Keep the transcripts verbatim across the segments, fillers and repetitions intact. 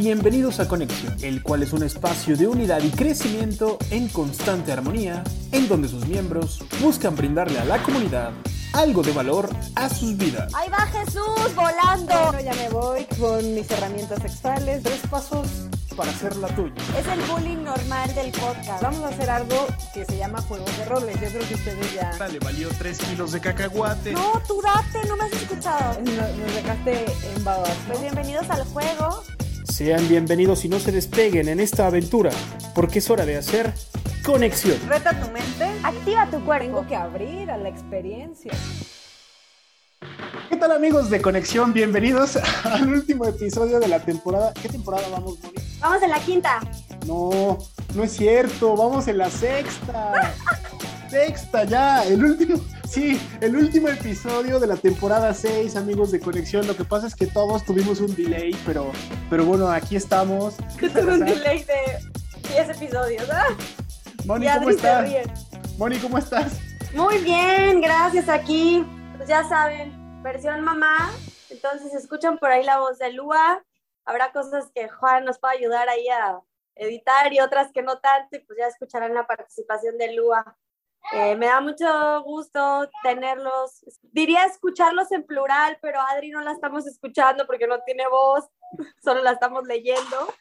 Bienvenidos a Conexión, el cual es un espacio de unidad y crecimiento en constante armonía, en donde sus miembros buscan brindarle a la comunidad algo de valor a sus vidas. ¡Ahí va Jesús volando! Bueno, ya me voy con mis herramientas sexuales. Tres pasos para hacer la tuya. Es el bullying normal del podcast. Vamos a hacer algo que se llama juegos de roles. Yo creo que ustedes ya... Le valió tres kilos de cacahuate. No, tú date, no me has escuchado. Nos, nos dejaste en babas, ¿no? Pues bienvenidos al juego. Sean bienvenidos y no se despeguen en esta aventura, porque es hora de hacer conexión. Reta tu mente. Activa tu cuerpo. Tengo que abrir a la experiencia. ¿Qué tal, amigos de Conexión? Bienvenidos al último episodio de la temporada. ¿Qué temporada vamos, Moni? Vamos en la quinta. No, no es cierto, vamos en la sexta. Sexta ya, el último, sí, el último episodio de la temporada seis, amigos de Conexión. Lo que pasa es que todos tuvimos un delay, pero, pero bueno, aquí estamos. Yo tuve un delay de diez episodios, ¿ah? Moni, Y ¿cómo Adri se estás? ríe. Moni, ¿cómo estás? Muy bien, gracias. Aquí, pues ya saben, versión mamá. Entonces escuchan por ahí la voz de Lua. Habrá cosas que Juan nos puede ayudar ahí a editar y otras que no tanto. Y pues ya escucharán la participación de Lua. Eh, me da mucho gusto tenerlos. Diría escucharlos en plural, pero a Adri no la estamos escuchando porque no tiene voz. Solo la estamos leyendo.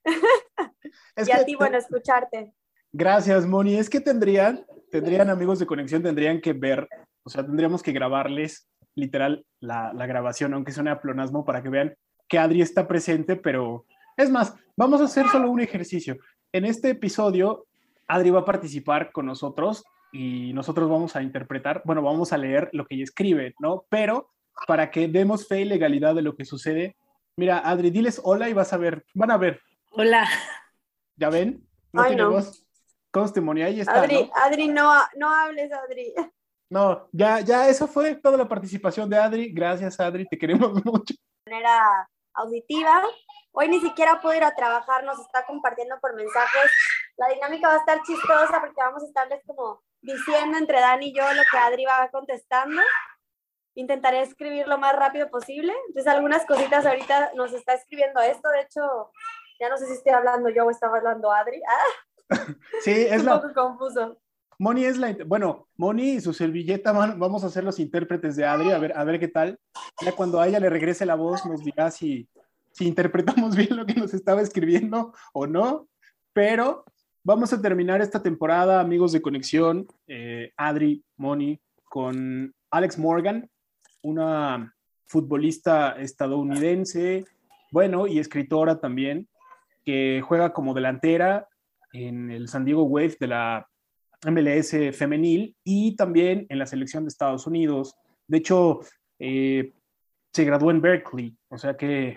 Es y a que ti, te- bueno, escucharte. Gracias, Moni. Es que tendrían, tendrían amigos de Conexión, tendrían que ver, o sea, tendríamos que grabarles literal la, la grabación, aunque suene a pleonasmo, para que vean que Adri está presente, pero es más, vamos a hacer solo un ejercicio. En este episodio, Adri va a participar con nosotros y nosotros vamos a interpretar, bueno, vamos a leer lo que ella escribe, ¿no? Pero para que demos fe y legalidad de lo que sucede, mira, Adri, diles hola y vas a ver, van a ver, Hola. ¿ya ven? No Ay, tiene no. voz. Conste, Moni, ahí está, Adri, ¿no? Adri, no, no hables, Adri. No, ya, ya, eso fue toda la participación de Adri. Gracias, Adri, te queremos mucho. De manera auditiva. Hoy ni siquiera puedo ir a trabajar, nos está compartiendo por mensajes. La dinámica va a estar chistosa porque vamos a estarles como diciendo entre Dani y yo lo que Adri va contestando. Intentaré escribir lo más rápido posible. Entonces, algunas cositas ahorita nos está escribiendo esto. De hecho, ya no sé si estoy hablando yo o estaba hablando Adri. Ah, Sí, es un la. poco confuso. Moni es la. Bueno, Moni y su servilleta van- vamos a ser los intérpretes de Adri, a ver, a ver qué tal. Ya cuando a ella le regrese la voz, nos dirá si, si interpretamos bien lo que nos estaba escribiendo o no. Pero vamos a terminar esta temporada, amigos de Conexión, eh, Adri, Moni, con Alex Morgan, una futbolista estadounidense, bueno, y escritora también, que juega como delantera en el San Diego Wave de la M L S femenil y también en la selección de Estados Unidos. De hecho, eh, se graduó en Berkeley, o sea que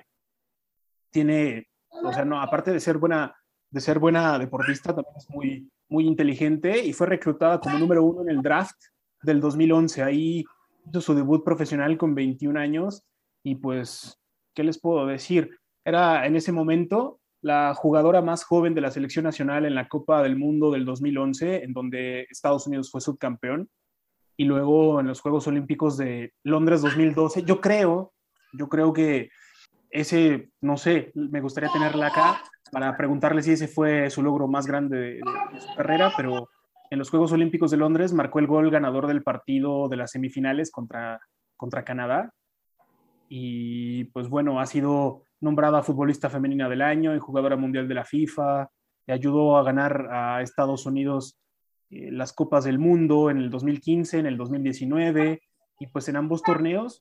tiene, o sea, no, aparte de ser buena, de ser buena deportista, también es muy, muy inteligente y fue reclutada como número uno en el draft del dos mil once. Ahí hizo su debut profesional con veintiún años y pues, ¿qué les puedo decir? Era en ese momento la jugadora más joven de la selección nacional en la Copa del Mundo del dos mil once, en donde Estados Unidos fue subcampeón, y luego en los Juegos Olímpicos de Londres dos mil doce. Yo creo, yo creo que ese, no sé, me gustaría tenerla acá para preguntarle si ese fue su logro más grande de, de, de su carrera, pero en los Juegos Olímpicos de Londres marcó el gol ganador del partido de las semifinales contra, contra Canadá, y pues bueno, ha sido nombrada futbolista femenina del año y jugadora mundial de la FIFA, y ayudó a ganar a Estados Unidos eh, las Copas del Mundo en el dos mil quince, en el dos mil diecinueve, y pues en ambos torneos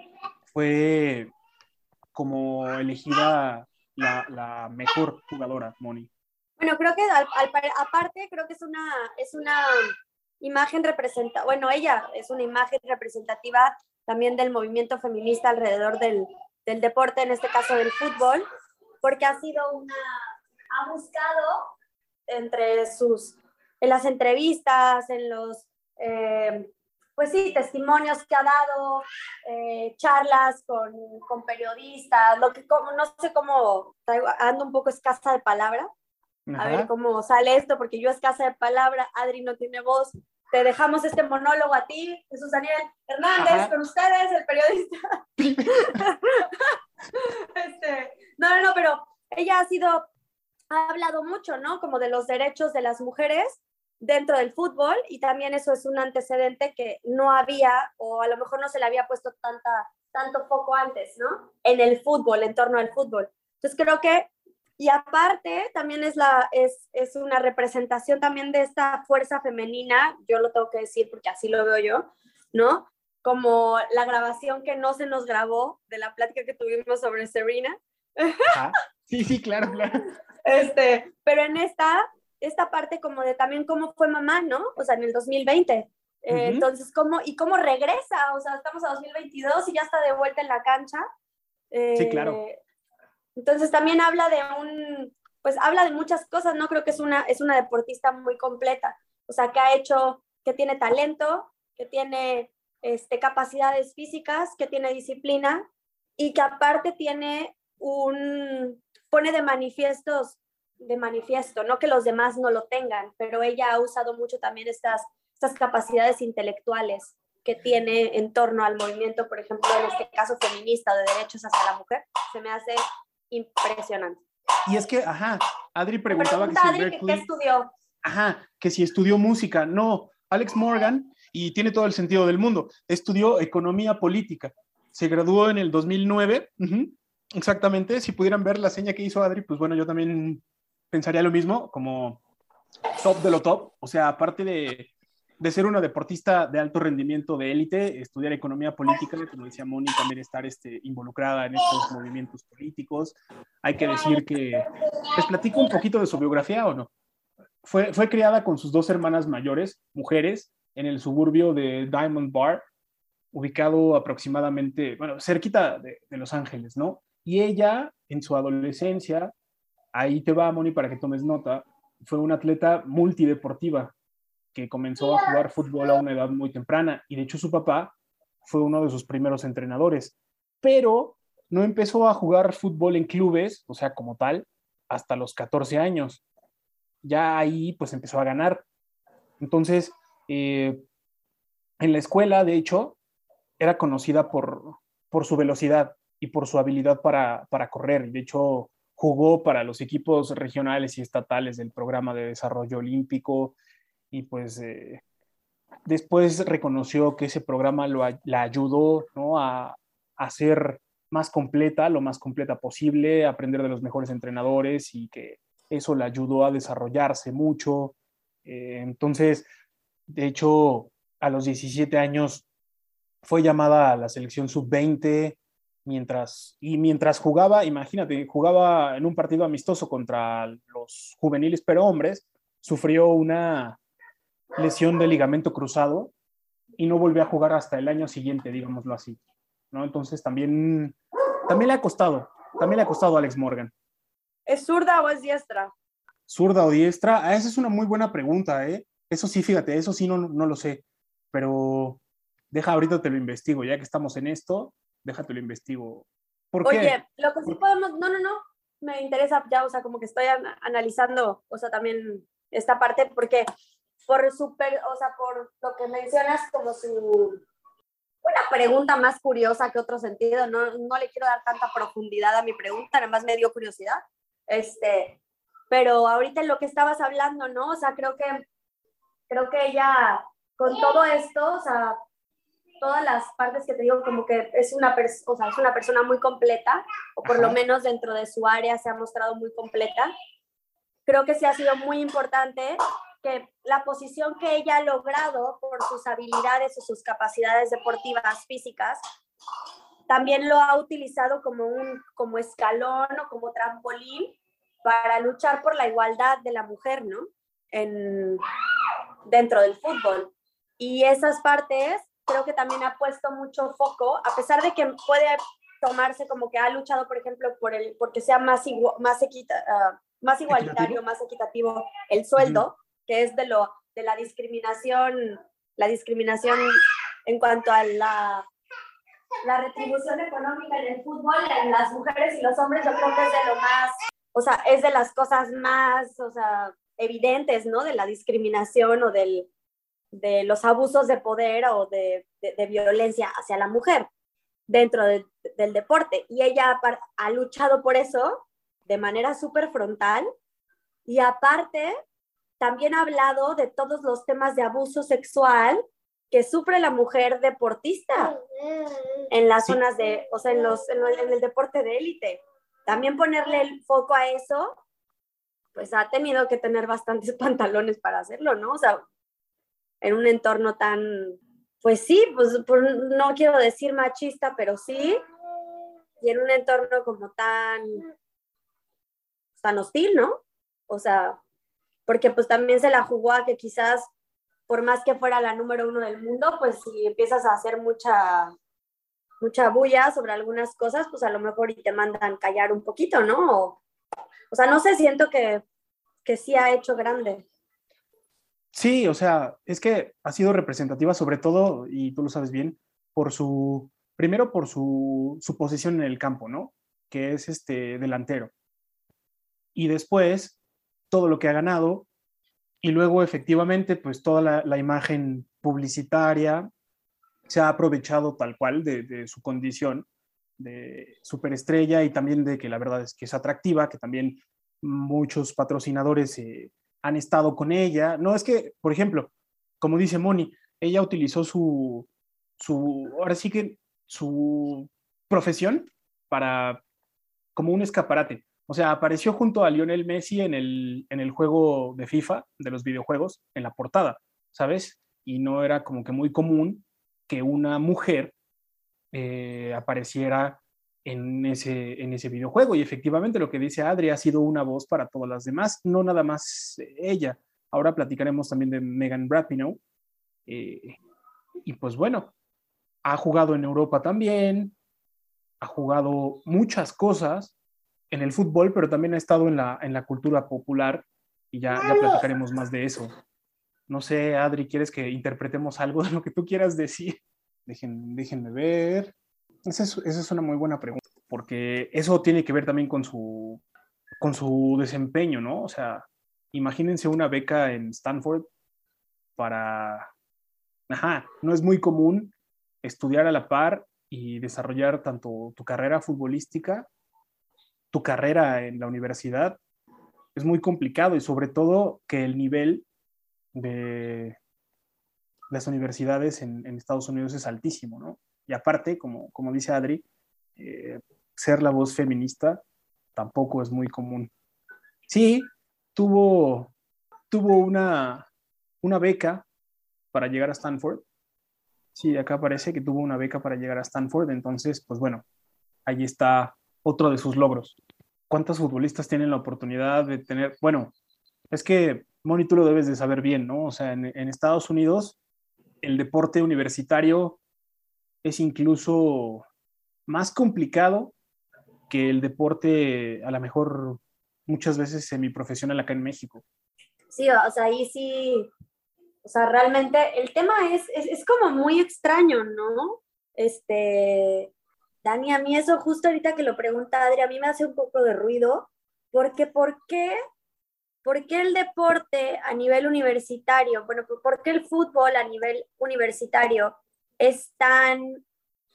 fue como elegida la, la mejor jugadora, Moni. Bueno, creo que al, al, aparte creo que es una, es una imagen representativa, bueno, ella es una imagen representativa también del movimiento feminista alrededor del, del deporte, en este caso del fútbol, porque ha sido una, ha buscado entre sus, en las entrevistas, en los, eh, pues sí, testimonios que ha dado, eh, charlas con, con periodistas, lo que, como, no sé cómo, ando un poco escasa de palabra, Ajá. A ver cómo sale esto, porque yo escasa de palabra, Adri no tiene voz. Te dejamos este monólogo a ti, Jesús Daniel Hernández, Ajá. con ustedes, el periodista. este, no, no, no, pero ella ha sido, ha hablado mucho, ¿no? Como de los derechos de las mujeres dentro del fútbol, y también eso es un antecedente que no había, o a lo mejor no se le había puesto tanta, tanto foco antes, ¿no? En el fútbol, en torno al fútbol. Entonces creo que, y aparte también es, la, es, es una representación también de esta fuerza femenina, yo lo tengo que decir porque así lo veo yo, ¿no? Como la grabación que no se nos grabó de la plática que tuvimos sobre Serena. Ajá. Sí, sí, claro, claro. Este, pero en esta, esta parte como de también cómo fue mamá, ¿no? O sea, en el dos mil veinte. Eh, uh-huh. Entonces, ¿cómo, y cómo regresa? O sea, estamos a dos mil veintidós y ya está de vuelta en la cancha. Eh, sí, claro. Entonces también habla de un, pues habla de muchas cosas, ¿no? Creo que es una, es una deportista muy completa. O sea, que ha hecho, que tiene talento, que tiene este, capacidades físicas, que tiene disciplina y que aparte tiene un, pone de manifiestos, de manifiesto, no que los demás no lo tengan, pero ella ha usado mucho también estas, estas capacidades intelectuales que tiene en torno al movimiento, por ejemplo, en este caso feminista, de derechos hacia la mujer. Se me hace impresionante. Y es que, ajá, Adri preguntaba Pregunta que si Adri Berkeley, que qué estudió. Ajá, que si estudió música. No, Alex Morgan, y tiene todo el sentido del mundo, estudió economía política. Se graduó en el dos mil nueve, uh-huh, exactamente. Si pudieran ver la seña que hizo Adri, pues bueno, yo también pensaría lo mismo, como top de lo top. O sea, aparte de, de ser una deportista de alto rendimiento de élite, estudiar economía política, como decía Moni, también estar este, involucrada en estos movimientos políticos. Hay que decir que, ¿les platico un poquito de su biografía o no? Fue, fue criada con sus dos hermanas mayores, mujeres, en el suburbio de Diamond Bar, ubicado aproximadamente, bueno, cerquita de, de Los Ángeles, ¿no? Y ella, en su adolescencia, ahí te va, Moni, para que tomes nota, fue una atleta multideportiva que comenzó a jugar fútbol a una edad muy temprana, y de hecho su papá fue uno de sus primeros entrenadores, pero no empezó a jugar fútbol en clubes, o sea, como tal, hasta los catorce años. Ya ahí pues empezó a ganar. Entonces, eh, en la escuela, de hecho, era conocida por, por su velocidad y por su habilidad para, para correr. De hecho, jugó para los equipos regionales y estatales del programa de desarrollo olímpico, y pues eh, después reconoció que ese programa lo, la ayudó, ¿no?, a, a ser más completa, lo más completa posible, a aprender de los mejores entrenadores, y que eso le ayudó a desarrollarse mucho. Eh, entonces, de hecho, a los diecisiete años fue llamada a la selección sub veinte, mientras, y mientras jugaba, imagínate, jugaba en un partido amistoso contra los juveniles, pero hombres, sufrió una lesión de ligamento cruzado y no volvió a jugar hasta el año siguiente, digámoslo así, ¿no? Entonces también, también le ha costado, también le ha costado a Alex Morgan. ¿Es zurda o es diestra? ¿Zurda o diestra? Ah, esa es una muy buena pregunta, ¿eh? Eso sí, fíjate, eso sí no, no lo sé, pero deja, ahorita te lo investigo, ya que estamos en esto, déjate lo investigo. ¿Por Oye, qué? lo que sí podemos, no, no, no, me interesa ya, o sea, como que estoy an analizando, o sea, también esta parte, porque por super, o sea, por lo que mencionas como su, una pregunta más curiosa que otro sentido, no, no le quiero dar tanta profundidad a mi pregunta, nada más me dio curiosidad, este, pero ahorita en lo que estabas hablando, ¿no? O sea, creo que, creo que ella, con todo esto, o sea, todas las partes que te digo, como que es una, o sea, es una persona muy completa, o por Ajá. lo menos dentro de su área se ha mostrado muy completa. Creo que sí ha sido muy importante que la posición que ella ha logrado por sus habilidades o sus capacidades deportivas físicas, también lo ha utilizado como un como escalón o como trampolín para luchar por la igualdad de la mujer, ¿no? En, dentro del fútbol. Y esas partes creo que también ha puesto mucho foco, a pesar de que puede tomarse como que ha luchado, por ejemplo, por el, porque sea más, igual, más, equita, uh, más igualitario, ¿Equitativo? más equitativo el sueldo, uh-huh. que es de, lo, de la discriminación, la discriminación en cuanto a la, la retribución económica en el fútbol, en las mujeres y los hombres, yo creo que es de lo más, o sea, es de las cosas más, o sea, evidentes, ¿no? De la discriminación o del, de los abusos de poder o de, de, de violencia hacia la mujer dentro de, del deporte. Y ella ha, ha luchado por eso de manera súper frontal y aparte también ha hablado de todos los temas de abuso sexual que sufre la mujer deportista en las sí. zonas de, o sea, en, los, en, el, en el deporte de élite. También ponerle el foco a eso, pues ha tenido que tener bastantes pantalones para hacerlo, ¿no? O sea, en un entorno tan, pues sí, pues no quiero decir machista, pero sí, y en un entorno como tan, tan hostil, ¿no? O sea, porque pues también se la jugó a que quizás, por más que fuera la número uno del mundo, pues si empiezas a hacer mucha, mucha bulla sobre algunas cosas, pues a lo mejor y te mandan callar un poquito, ¿no? O, o sea, no sé, siento que, que sí ha hecho grande. Sí, o sea, es que ha sido representativa sobre todo, y tú lo sabes bien, por su, primero por su, su posición en el campo, ¿no? Que es este delantero. Y después, todo lo que ha ganado, y luego efectivamente, pues toda la, la imagen publicitaria se ha aprovechado tal cual de, de su condición de superestrella y también de que la verdad es que es atractiva, que también muchos patrocinadores eh, han estado con ella. No, es que, por ejemplo, como dice Moni, ella utilizó su, su, ahora sí que su profesión para, como un escaparate. O sea, apareció junto a Lionel Messi en el, en el juego de FIFA, de los videojuegos, en la portada, ¿sabes? Y no era como que muy común que una mujer eh, apareciera en ese, en ese videojuego. Y efectivamente lo que dice Adri ha sido una voz para todas las demás, no nada más ella. Ahora platicaremos también de Megan Rapinoe. Eh, y pues bueno, ha jugado en Europa también, ha jugado muchas cosas en el fútbol, pero también ha estado en la, en la cultura popular y ya, ya platicaremos más de eso. No sé, Adri, ¿quieres que interpretemos algo de lo que tú quieras decir? Dejen, déjenme ver. Esa es, esa es una muy buena pregunta, porque eso tiene que ver también con su, con su desempeño, ¿no? O sea, imagínense una beca en Stanford para... Ajá, no es muy común estudiar a la par y desarrollar tanto tu carrera futbolística, tu carrera en la universidad. Es muy complicado y sobre todo que el nivel de las universidades en, en Estados Unidos es altísimo, ¿no? Y aparte, como, como dice Adri, eh, ser la voz feminista tampoco es muy común. Sí, tuvo, tuvo una, una beca para llegar a Stanford. Sí, acá parece que tuvo una beca para llegar a Stanford, entonces, pues bueno, ahí está otro de sus logros. ¿Cuántos futbolistas tienen la oportunidad de tener? Bueno, es que, Moni, tú lo debes de saber bien, ¿no? O sea, en, en Estados Unidos, el deporte universitario es incluso más complicado que el deporte, a lo mejor, muchas veces semiprofesional acá en México. Sí, o sea, ahí sí, o sea, realmente el tema es, es, es como muy extraño, ¿no? Este, Dani, a mí eso justo ahorita que lo pregunta Adri, a mí me hace un poco de ruido, porque ¿por qué? ¿Por qué el deporte a nivel universitario, bueno, por qué el fútbol a nivel universitario es tan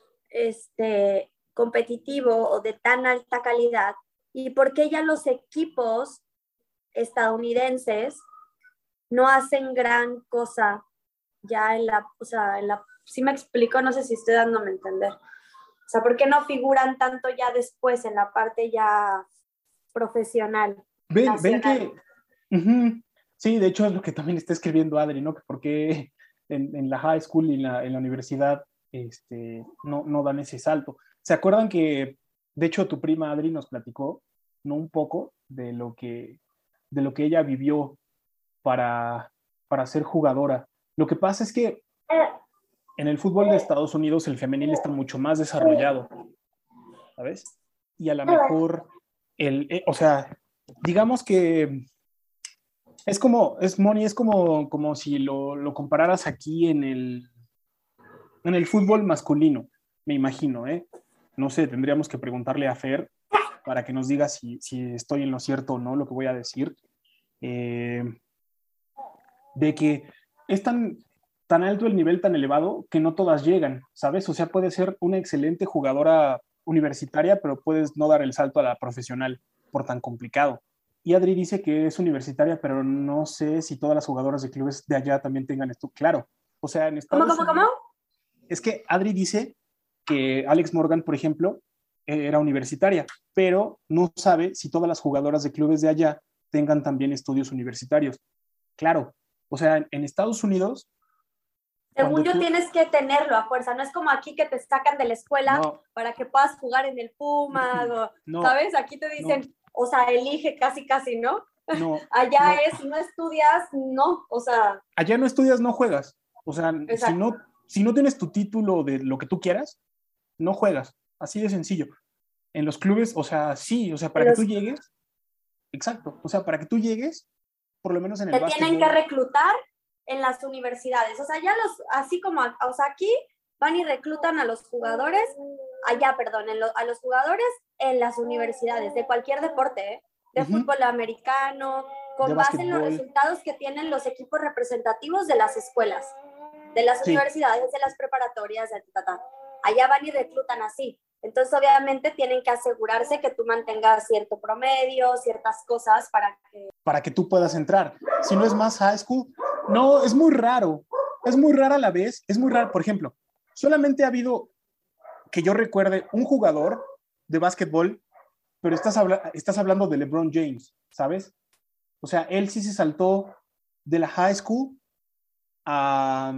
este, competitivo o de tan alta calidad? ¿Y por qué ya los equipos estadounidenses no hacen gran cosa ya en la, o sea, en la, si me explico, no sé si estoy dándome a entender. O sea, ¿por qué no figuran tanto ya después en la parte ya profesional? Ven, ven que... Uh-huh. Sí, de hecho es lo que también está escribiendo Adri, ¿no? Que por qué en, en la high school y en la, en la universidad este, no, no dan ese salto. ¿Se acuerdan que, de hecho, tu prima Adri nos platicó, ¿no? Un poco de lo que, de lo que ella vivió para, para ser jugadora. Lo que pasa es que en el fútbol de Estados Unidos el femenil está mucho más desarrollado, ¿sabes? Y a lo mejor, el, eh, o sea, digamos que es como, es Moni, es como, como si lo, lo compararas aquí en el, en el fútbol masculino, me imagino, ¿eh? No sé, tendríamos que preguntarle a Fer para que nos diga si, si estoy en lo cierto o no lo que voy a decir. Eh, de que es tan, tan alto el nivel tan elevado que no todas llegan, ¿sabes? O sea, puede ser una excelente jugadora universitaria, pero puedes no dar el salto a la profesional. por tan complicado. Y Adri dice que es universitaria, pero no sé si todas las jugadoras de clubes de allá también tengan esto claro. O sea, en Estados ¿Cómo, cómo, Unidos, cómo? es que Adri dice que Alex Morgan, por ejemplo, era universitaria, pero no sabe si todas las jugadoras de clubes de allá tengan también estudios universitarios. Claro, o sea, en Estados Unidos... Según yo tú... tienes que tenerlo a fuerza, no es como aquí que te sacan de la escuela no. para que puedas jugar en el Puma, o, no. ¿sabes? Aquí te dicen, no. o sea, elige casi, casi, ¿no? No. Allá no. es, si no estudias, no, o sea... Allá no estudias, no juegas. O sea, si no, si no tienes tu título de lo que tú quieras, no juegas. Así de sencillo. En los clubes, o sea, sí, o sea, para los... que tú llegues, exacto, o sea, para que tú llegues, por lo menos en el te básquetbol. Tienen que reclutar en las universidades, o sea, ya los, así como, o sea, aquí van y reclutan a los jugadores, allá, perdón, en lo, a los jugadores en las universidades, de cualquier deporte, ¿eh? de uh-huh. fútbol americano, con de base basquetbol. en los resultados que tienen los equipos representativos de las escuelas, de las sí. universidades, de las preparatorias, de tata. Allá van y reclutan así. Entonces, obviamente, tienen que asegurarse que tú mantengas cierto promedio, ciertas cosas para que... Para que tú puedas entrar. Si no es más high school, no, es muy raro. Es muy rara a la vez. Es muy raro. Por ejemplo, solamente ha habido, que yo recuerde, un jugador de básquetbol, pero estás, habla- estás hablando de LeBron James, ¿sabes? O sea, él sí se saltó de la high school a,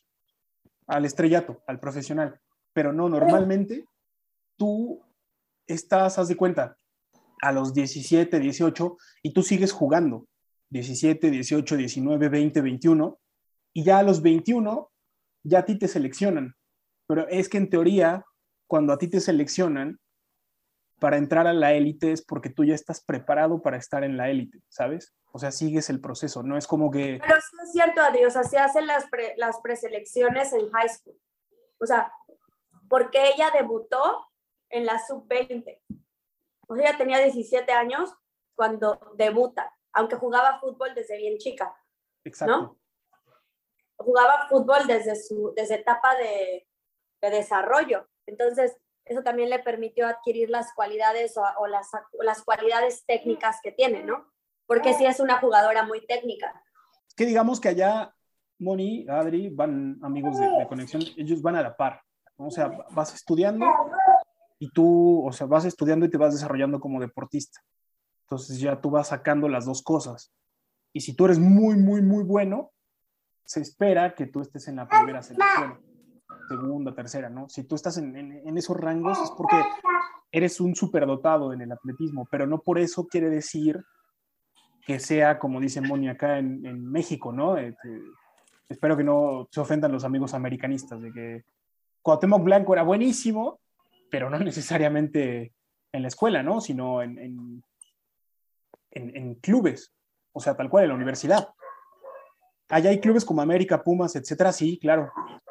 al estrellato, al profesional. Pero no, normalmente... tú estás, haz de cuenta, a los diecisiete, dieciocho, y tú sigues jugando. diecisiete, dieciocho, diecinueve, veinte, veintiuno, y ya a los veintiuno, ya a ti te seleccionan. Pero es que en teoría, cuando a ti te seleccionan para entrar a la élite es porque tú ya estás preparado para estar en la élite, ¿sabes? O sea, sigues el proceso, no es como que... Pero sí es cierto, Adri, o sea, se hacen las, pre, las preselecciones en high school. O sea, porque ella debutó en la sub veinte. O sea, ella tenía diecisiete años cuando debuta, aunque jugaba fútbol desde bien chica. Exacto. ¿No? Jugaba fútbol desde su desde etapa de, de desarrollo. Entonces, eso también le permitió adquirir las cualidades o, o, las, o las cualidades técnicas que tiene, ¿no? Porque sí es una jugadora muy técnica. Es que digamos que allá Moni, Adri, van amigos de, de conexión, ellos van a la par. O sea, vas estudiando y tú, o sea, vas estudiando y te vas desarrollando como deportista. Entonces ya tú vas sacando las dos cosas. Y si tú eres muy, muy, muy bueno, se espera que tú estés en la primera selección, segunda, tercera, ¿no? Si tú estás en, en, en esos rangos es porque eres un superdotado en el atletismo, pero no por eso quiere decir que sea, como dice Moni acá en, en México, ¿no? Eh, eh, espero que no se ofendan los amigos americanistas de que Cuauhtémoc Blanco era buenísimo, pero no necesariamente en la escuela, ¿no? Sino en, en, en, en clubes, o sea, tal cual, en la universidad. Allá hay clubes como América, Pumas, etcétera, sí, claro.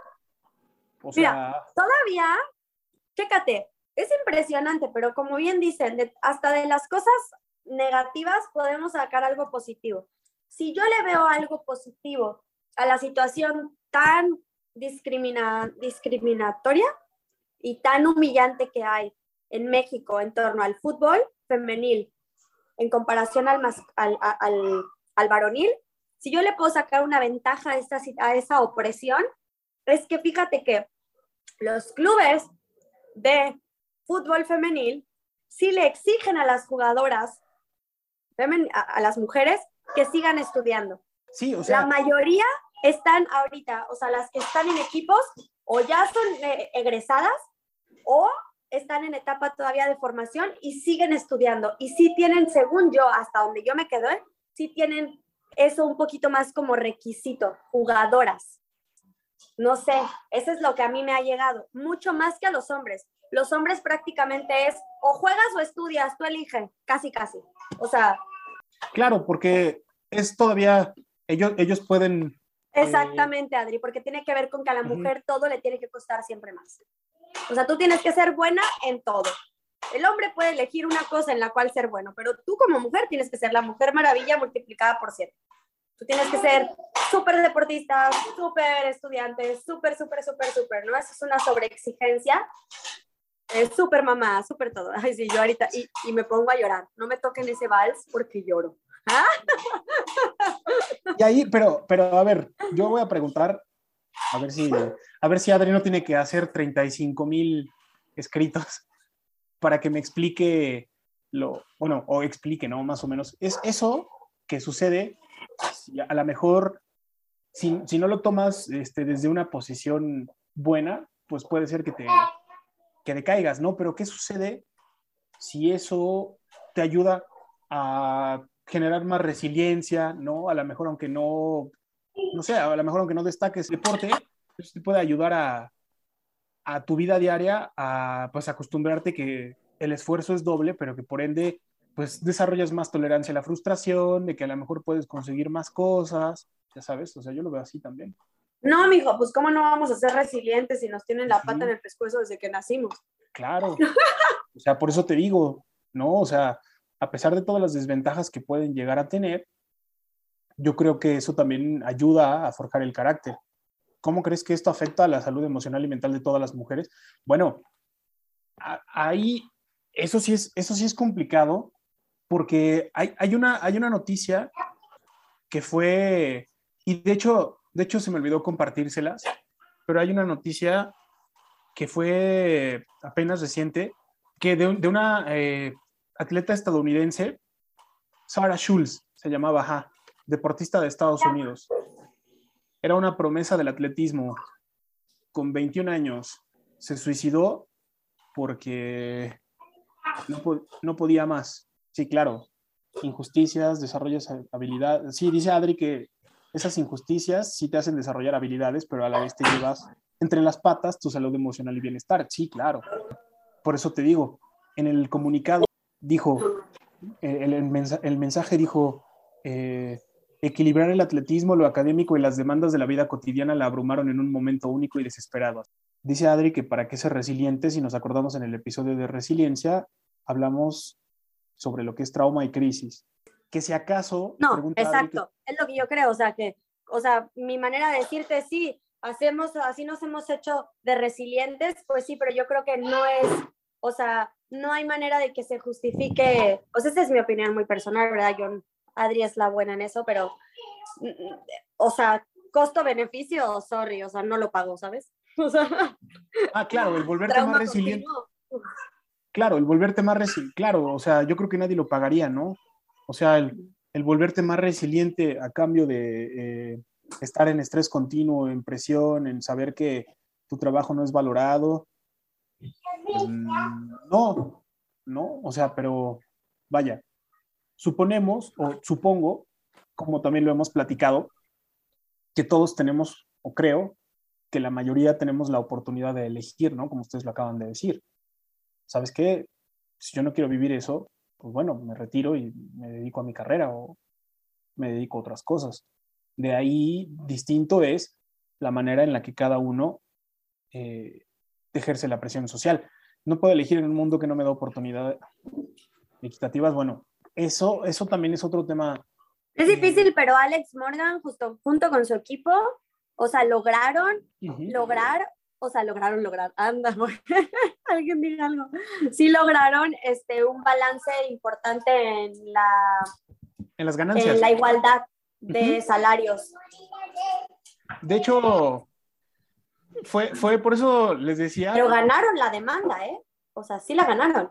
O sea, mira, todavía, chécate, es impresionante, pero como bien dicen, de, hasta de las cosas negativas podemos sacar algo positivo. Si yo le veo algo positivo a la situación tan discrimina, discriminatoria y tan humillante que hay en México en torno al fútbol femenil en comparación al, al, al, al varonil, si yo le puedo sacar una ventaja a, esta, a esa opresión, es que fíjate que los clubes de fútbol femenil sí le exigen a las jugadoras, a, a las mujeres, que sigan estudiando. Sí, o sea, la mayoría están ahorita, o sea, las que están en equipos o ya son eh, egresadas o están en etapa todavía de formación y siguen estudiando. Y sí tienen, según yo, hasta donde yo me quedé, sí tienen eso un poquito más como requisito, jugadoras. No sé, eso es lo que a mí me ha llegado, mucho más que a los hombres. Los hombres prácticamente es o juegas o estudias, tú eliges, casi, casi. O sea... Claro, porque es todavía, ellos, ellos pueden... Exactamente, Adri, porque tiene que ver con que a la mujer uh-huh. todo le tiene que costar siempre más. O sea, tú tienes que ser buena en todo. El hombre puede elegir una cosa en la cual ser bueno, pero tú como mujer tienes que ser la mujer maravilla multiplicada por siete. Tú tienes que ser súper deportista, súper estudiante, súper, súper, súper, súper, ¿no? Eso es una sobreexigencia Es súper mamá, súper todo. Ay, sí, yo ahorita, y, y me pongo a llorar. No me toquen ese vals porque lloro. ¿Ah? Y ahí, pero, pero a ver, yo voy a preguntar, a ver si, a ver si Adri no tiene que hacer treinta y cinco mil escritos para que me explique lo, bueno, o explique, ¿no? Más o menos. Es eso que sucede, si a lo mejor, si, si no lo tomas este, desde una posición buena, pues puede ser que te, que decaigas, ¿no? Pero ¿qué sucede si eso te ayuda a generar más resiliencia, ¿no? A lo mejor aunque no, no sé, a lo mejor aunque no destaques deporte, eso te puede ayudar a, a tu vida diaria, a pues acostumbrarte que el esfuerzo es doble, pero que por ende pues desarrollas más tolerancia a la frustración, de que a lo mejor puedes conseguir más cosas, ya sabes, o sea, yo lo veo así también. No, mijo, pues cómo no vamos a ser resilientes si nos tienen la Sí. pata en el pescuezo desde que nacimos. Claro, o sea, por eso te digo, ¿no? O sea, a pesar de todas las desventajas que pueden llegar a tener, yo creo que eso también ayuda a forjar el carácter. ¿Cómo crees que esto afecta a la salud emocional y mental de todas las mujeres? Bueno, a- ahí eso sí es, eso sí es complicado porque hay, hay, una, hay una noticia que fue, y de hecho, de hecho se me olvidó compartírselas, pero hay una noticia que fue apenas reciente, que de, de una eh, atleta estadounidense, Sarah Schultz, se llamaba, ajá, deportista de Estados Unidos. Era una promesa del atletismo. Con veintiún años se suicidó porque no, po no podía más. Sí, claro, injusticias, desarrollas habilidades. Sí, dice Adri que esas injusticias sí te hacen desarrollar habilidades, pero a la vez te llevas entre las patas tu salud emocional y bienestar. Sí, claro. Por eso te digo, en el comunicado dijo, el, el, mensa el mensaje dijo, eh, equilibrar el atletismo, lo académico y las demandas de la vida cotidiana la abrumaron en un momento único y desesperado. Dice Adri que para qué ser resiliente, si nos acordamos en el episodio de resiliencia, hablamos sobre lo que es trauma y crisis. Que si acaso... No, exacto, Adri, que... es lo que yo creo, o sea, que, o sea, mi manera de decirte, sí, hacemos, así nos hemos hecho de resilientes, pues sí, pero yo creo que no es, o sea, no hay manera de que se justifique, o sea, esa es mi opinión muy personal, ¿verdad? Yo, Adri es la buena en eso, pero, o sea, costo-beneficio, sorry, o sea, no lo pago, ¿sabes? O sea, ah, claro, el volverte más resiliente. Continuo. Claro, el volverte más resiliente, claro, o sea, yo creo que nadie lo pagaría, ¿no? O sea, el, el volverte más resiliente a cambio de eh, estar en estrés continuo, en presión, en saber que tu trabajo no es valorado. Pues, no, no, o sea, pero vaya, suponemos, o supongo, como también lo hemos platicado, que todos tenemos, o creo, que la mayoría tenemos la oportunidad de elegir, ¿no? Como ustedes lo acaban de decir. ¿Sabes qué? Si yo no quiero vivir eso, pues bueno, me retiro y me dedico a mi carrera o me dedico a otras cosas. De ahí, distinto es la manera en la que cada uno eh, ejerce la presión social. No puedo elegir en un mundo que no me da oportunidades equitativas. Bueno, eso, eso también es otro tema. Es difícil, eh, pero Alex Morgan, justo junto con su equipo, o sea, lograron, uh-huh. lograr, o sea, lograron lograr, anda, alguien diga algo. Sí lograron este, un balance importante en la... En las ganancias. En la igualdad de uh-huh. salarios. De hecho, fue, fue por eso les decía... Pero ganaron la demanda, ¿eh? O sea, sí la ganaron.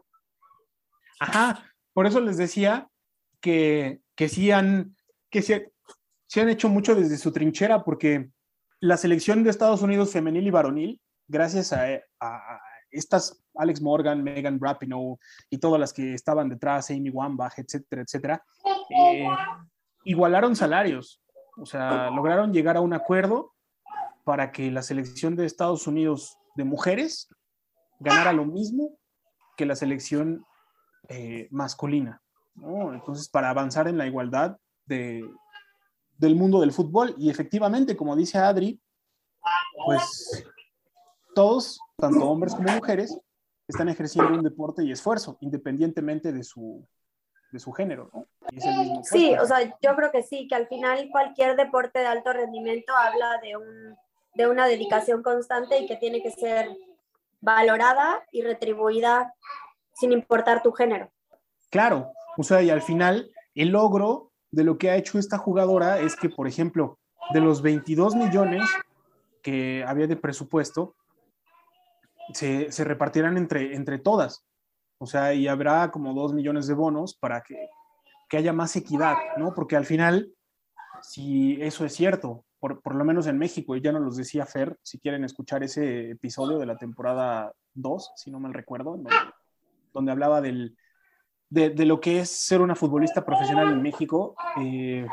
Ajá, por eso les decía que, que sí han, que sí, sí han hecho mucho desde su trinchera, porque la selección de Estados Unidos femenil y varonil, gracias a, a, a estas Alex Morgan, Megan Rapinoe y todas las que estaban detrás, Amy Wambach, etcétera, etcétera, eh, igualaron salarios. O sea, lograron llegar a un acuerdo para que la selección de Estados Unidos de mujeres ganara lo mismo que la selección eh, masculina, ¿no? Entonces, para avanzar en la igualdad de, del mundo del fútbol. Y efectivamente, como dice Adri, pues todos, tanto hombres como mujeres, están ejerciendo un deporte y esfuerzo, independientemente de su, de su género, ¿no? Y es el mismo sí, puesto. O sea, yo creo que sí, que al final cualquier deporte de alto rendimiento habla de, un, de una dedicación constante y que tiene que ser valorada y retribuida sin importar tu género. Claro, o sea, y al final el logro de lo que ha hecho esta jugadora es que, por ejemplo, de los veintidós millones que había de presupuesto, se, se repartirán entre, entre todas. O sea, y habrá como dos millones de bonos para que, que haya más equidad, ¿no? Porque al final, si eso es cierto, por, por lo menos en México, y ya nos los decía Fer, si quieren escuchar ese episodio de la temporada dos, si no mal recuerdo, donde, donde hablaba del, de, de lo que es ser una futbolista profesional en México, eh,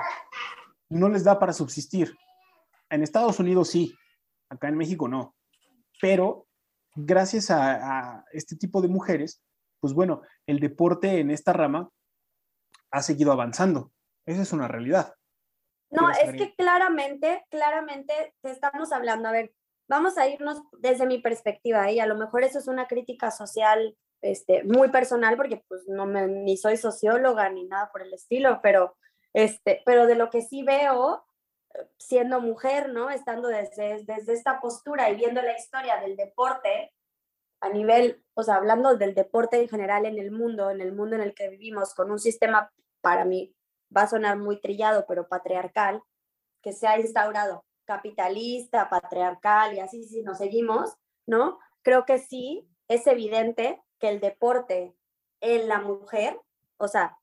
no les da para subsistir. En Estados Unidos sí, acá en México no. Pero gracias a, a este tipo de mujeres, pues bueno, el deporte en esta rama ha seguido avanzando. Esa es una realidad. No, es que claramente, claramente te estamos hablando, a ver, vamos a irnos desde mi perspectiva, y a lo mejor eso es una crítica social este, muy personal, porque pues no me, ni soy socióloga ni nada por el estilo, pero, este, pero de lo que sí veo, siendo mujer, ¿no? Estando desde, desde esta postura y viendo la historia del deporte a nivel, o sea, hablando del deporte en general en el mundo, en el mundo en el que vivimos, con un sistema, para mí, va a sonar muy trillado, pero patriarcal, que se ha instaurado, capitalista, patriarcal, y así si nos seguimos, ¿no? Creo que sí, es evidente que el deporte en la mujer, o sea,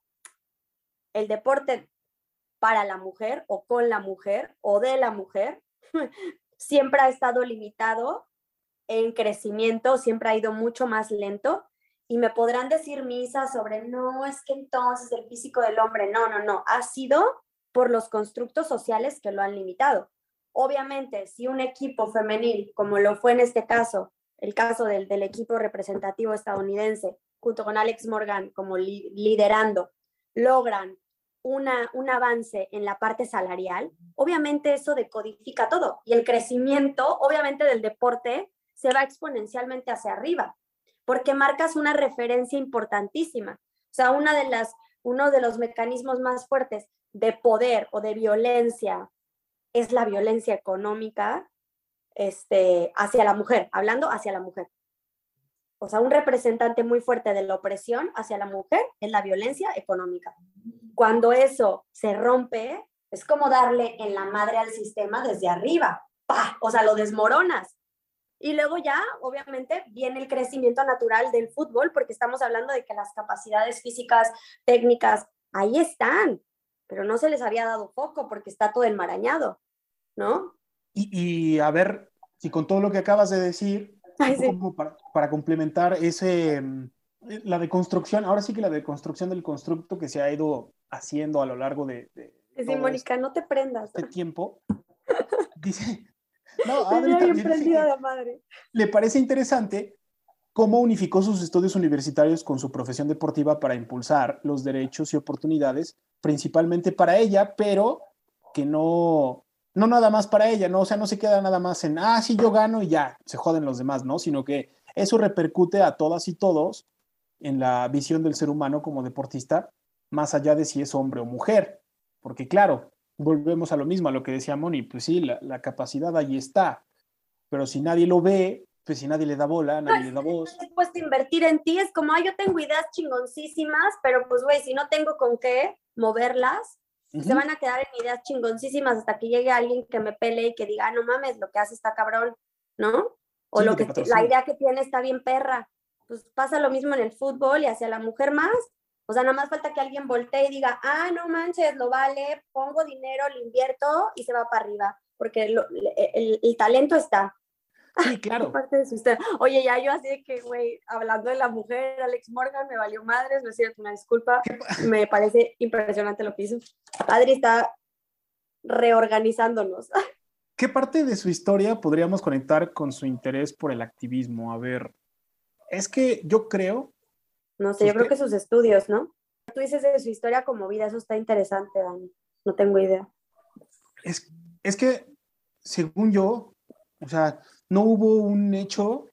el deporte para la mujer, o con la mujer, o de la mujer, siempre ha estado limitado en crecimiento, siempre ha ido mucho más lento, y me podrán decir misas sobre, no, es que entonces el físico del hombre, no, no, no, ha sido por los constructos sociales que lo han limitado. Obviamente, si un equipo femenil, como lo fue en este caso, el caso del, del equipo representativo estadounidense, junto con Alex Morgan como li, liderando, logran una, un avance en la parte salarial, obviamente eso decodifica todo, y el crecimiento, obviamente, del deporte se va exponencialmente hacia arriba, porque marcas una referencia importantísima. O sea, una de las, uno de los mecanismos más fuertes de poder o de violencia es la violencia económica este, hacia la mujer, hablando hacia la mujer. O sea, un representante muy fuerte de la opresión hacia la mujer es la violencia económica. Cuando eso se rompe, es como darle en la madre al sistema desde arriba. ¡Pah! O sea, lo desmoronas. Y luego ya, obviamente, viene el crecimiento natural del fútbol, porque estamos hablando de que las capacidades físicas, técnicas, ahí están, pero no se les había dado foco porque está todo enmarañado, ¿no? Y, y a ver, si con todo lo que acabas de decir, Ay, sí. como para, para complementar ese, la deconstrucción, ahora sí que la deconstrucción del constructo que se ha ido haciendo a lo largo de, de Sí, todo Mónica, este, no te prendas. este tiempo, dice... No, Me Adri veo bien también prendida sí, de madre. le parece interesante cómo unificó sus estudios universitarios con su profesión deportiva para impulsar los derechos y oportunidades, principalmente para ella, pero que no, no nada más para ella, ¿no? O sea, no se queda nada más en, ah, sí, yo gano y ya, se joden los demás, ¿no? Sino que eso repercute a todas y todos en la visión del ser humano como deportista, más allá de si es hombre o mujer, porque claro, volvemos a lo mismo, a lo que decía Moni, pues sí, la, la capacidad ahí está, pero si nadie lo ve, pues si nadie le da bola, nadie le da voz. Estás dispuesto a invertir en ti, es como, ah, yo tengo ideas chingoncísimas, pero pues, güey, si no tengo con qué moverlas, uh-huh. se van a quedar en ideas chingoncísimas hasta que llegue alguien que me pele y que diga, ah, no mames, lo que hace está cabrón, ¿no? O sí, lo que, que la idea que tiene está bien perra. Pues pasa lo mismo en el fútbol y hacia la mujer más. O sea, nada más falta que alguien voltee y diga, ah, no manches, lo vale, pongo dinero, lo invierto y se va para arriba, porque lo, el, el, el talento está. Sí, claro. Parte de su historia. Oye, ya yo así de que, güey, hablando de la mujer, Alex Morgan, me valió madres, me siento una disculpa, me parece impresionante lo que hizo. Adri está reorganizándonos. ¿Qué parte de su historia podríamos conectar con su interés por el activismo? A ver, es que yo creo... No sé, yo creo que sus estudios, ¿no? Tú dices de su historia como vida, eso está interesante, Dani. No tengo idea. Es, es que, según yo, o sea, no hubo un hecho,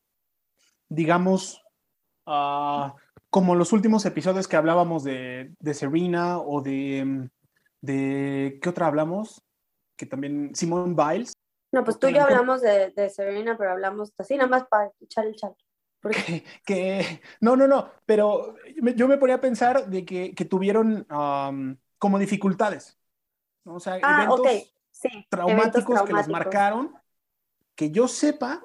digamos, uh, como los últimos episodios que hablábamos de, de Serena o de, de... ¿Qué otra hablamos? Que también, Simone Biles. No, pues tú y yo hablamos de, de Serena, pero hablamos así, nada más para echar el chat. que, que- no, no, no, pero me- yo me ponía a pensar de que, que tuvieron um, como dificultades, ¿no? O sea, Ah, ok, eventos sí, eventos traumáticos que las traumáticos. marcaron, que yo sepa,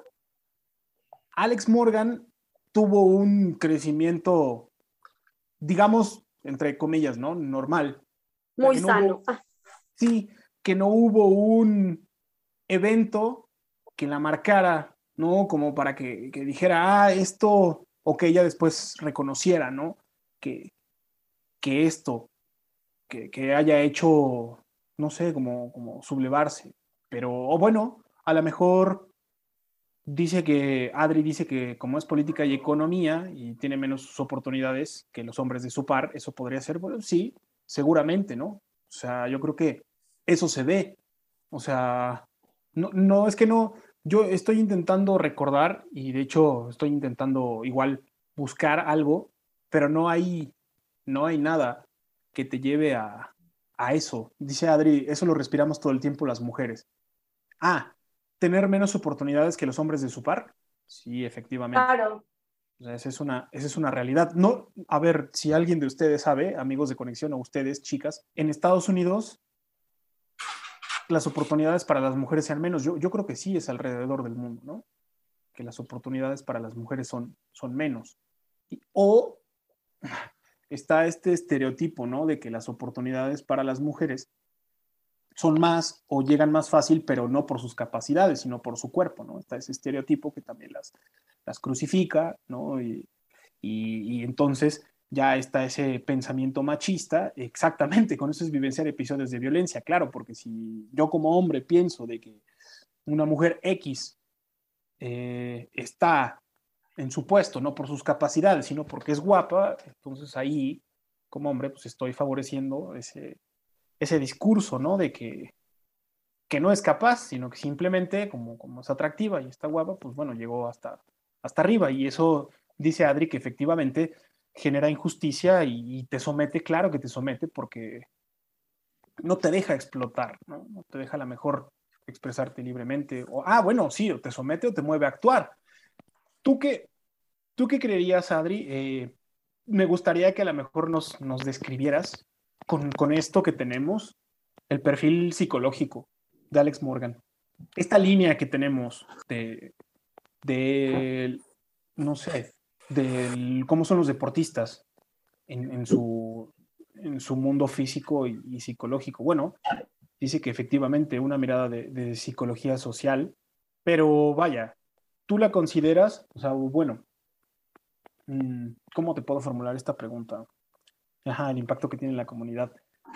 Alex Morgan tuvo un crecimiento, digamos, entre comillas, ¿no? Normal. O sea, Muy que no sano. hubo, Ah, sí, que no hubo un evento que la marcara, ¿no? Como para que, que dijera, ah, esto, o que ella después reconociera, ¿no? Que, que esto, que, que haya hecho, no sé, como, como sublevarse. Pero, o bueno, a lo mejor dice que, Adri dice que como es política y economía y tiene menos oportunidades que los hombres de su par, eso podría ser, bueno, sí, seguramente, ¿no? O sea, yo creo que eso se ve. O sea, no, no, es que no, yo estoy intentando recordar y de hecho estoy intentando igual buscar algo, pero no hay, no hay nada que te lleve a, a eso. Dice Adri, eso lo respiramos todo el tiempo las mujeres. Ah, tener menos oportunidades que los hombres de su par. Sí, efectivamente. claro. O sea, esa es una, esa es una realidad. No, a ver, si alguien de ustedes sabe, amigos de conexión o ustedes, chicas, en Estados Unidos las oportunidades para las mujeres sean menos. Yo, yo creo que sí es alrededor del mundo, ¿no? Que las oportunidades para las mujeres son, son menos. Y, o está este estereotipo, ¿no? De que las oportunidades para las mujeres son más o llegan más fácil, pero no por sus capacidades, sino por su cuerpo, ¿no? Está ese estereotipo que también las, las crucifica, ¿no? Y, y, y entonces ya está ese pensamiento machista, exactamente, con eso es vivenciar episodios de violencia, claro, porque si yo como hombre pienso de que una mujer X eh, está en su puesto, no por sus capacidades, sino porque es guapa, entonces ahí, como hombre, pues estoy favoreciendo ese, ese discurso, ¿no? De que, que no es capaz, sino que simplemente, como, como es atractiva y está guapa, pues bueno, llegó hasta, hasta arriba. Y eso dice Adri que efectivamente genera injusticia y, y te somete, claro que te somete, porque no te deja explotar, ¿no? No te deja a la mejor expresarte libremente. O, ah, bueno, sí, o te somete o te mueve a actuar. ¿Tú qué, tú qué creerías, Adri? Eh, me gustaría que a lo mejor nos, nos describieras con, con esto que tenemos, el perfil psicológico de Alex Morgan. Esta línea que tenemos de, de no sé, de cómo son los deportistas en, en, su, en su mundo físico y, y, psicológico. Bueno, dice que efectivamente una mirada de, de psicología social, pero vaya, ¿tú la consideras? O sea, bueno, ¿cómo te puedo formular esta pregunta? Ajá, el impacto que tiene en la comunidad.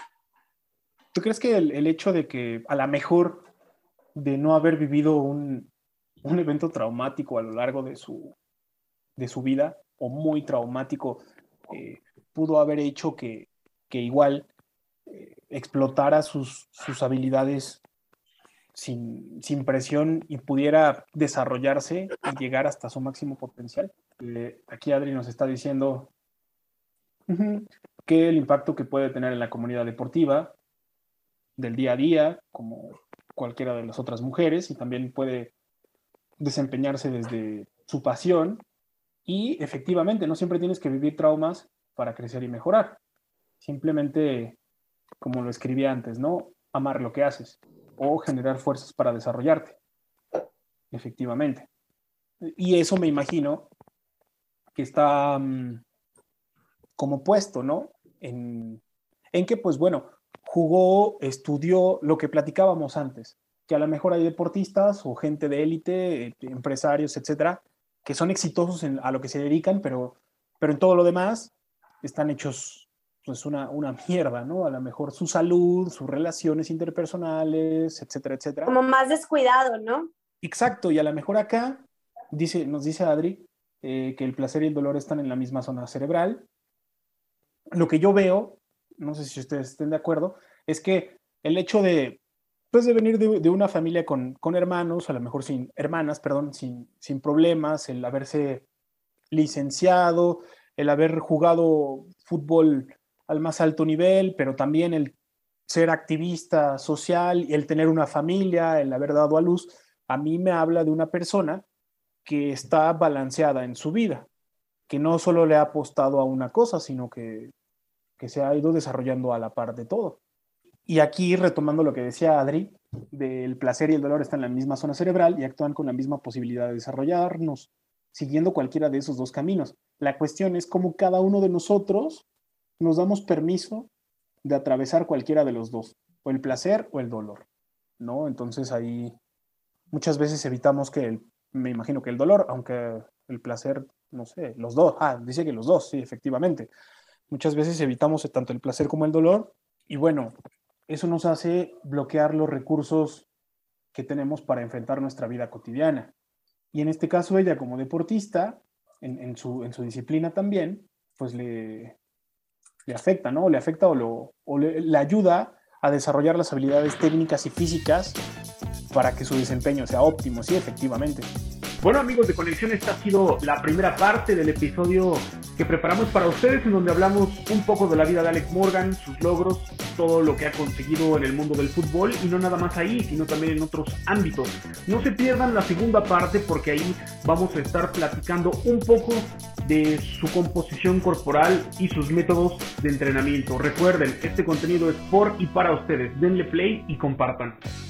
¿Tú crees que el, el hecho de que a lo mejor de no haber vivido un, un evento traumático a lo largo de su, de su vida o muy traumático eh, pudo haber hecho que, que igual eh, explotara sus, sus habilidades sin, sin presión y pudiera desarrollarse y llegar hasta su máximo potencial? Eh, aquí Adri nos está diciendo uh-huh, que el impacto que puede tener en la comunidad deportiva del día a día, como cualquiera de las otras mujeres, y también puede desempeñarse desde su pasión. Y efectivamente, no siempre tienes que vivir traumas para crecer y mejorar. Simplemente, como lo escribí antes, ¿no? Amar lo que haces o generar fuerzas para desarrollarte. Efectivamente. Y eso me imagino que está um, como puesto, ¿no? En, en que, pues bueno, jugó, estudió lo que platicábamos antes, que a lo mejor hay deportistas o gente de élite, empresarios, etcétera, que son exitosos en, a lo que se dedican, pero, pero en todo lo demás están hechos pues una, una mierda, ¿no? A lo mejor su salud, sus relaciones interpersonales, etcétera, etcétera. Como más descuidado, ¿no? Exacto, y a lo mejor acá dice, nos dice Adri eh, que el placer y el dolor están en la misma zona cerebral. Lo que yo veo, no sé si ustedes estén de acuerdo, es que el hecho de, pues de venir de, de una familia con, con, hermanos, a lo mejor sin hermanas, perdón, sin, sin problemas, el haberse licenciado, el haber jugado fútbol al más alto nivel, pero también el ser activista social, el tener una familia, el haber dado a luz, a mí me habla de una persona que está balanceada en su vida, que no solo le ha apostado a una cosa, sino que, que se ha ido desarrollando a la par de todo. Y aquí, retomando lo que decía Adri, del placer y el dolor están en la misma zona cerebral y actúan con la misma posibilidad de desarrollarnos, siguiendo cualquiera de esos dos caminos. La cuestión es cómo cada uno de nosotros nos damos permiso de atravesar cualquiera de los dos, o el placer o el dolor, ¿no? Entonces ahí muchas veces evitamos que, el, me imagino que el dolor, aunque el placer, no sé, los dos, ah, dice que los dos, sí, efectivamente. Muchas veces evitamos tanto el placer como el dolor, y bueno, eso nos hace bloquear los recursos que tenemos para enfrentar nuestra vida cotidiana. Y en este caso ella como deportista, en, en, su, en su disciplina también, pues le, le afecta, ¿no? Le afecta o, lo, o le, le ayuda a desarrollar las habilidades técnicas y físicas para que su desempeño sea óptimo, sí, efectivamente. Bueno, amigos de Conexión, esta ha sido la primera parte del episodio que preparamos para ustedes, en donde hablamos un poco de la vida de Alex Morgan, sus logros, todo lo que ha conseguido en el mundo del fútbol, y no nada más ahí, sino también en otros ámbitos. No se pierdan la segunda parte, porque ahí vamos a estar platicando un poco de su composición corporal y sus métodos de entrenamiento. Recuerden, este contenido es por y para ustedes. Denle play y compartan.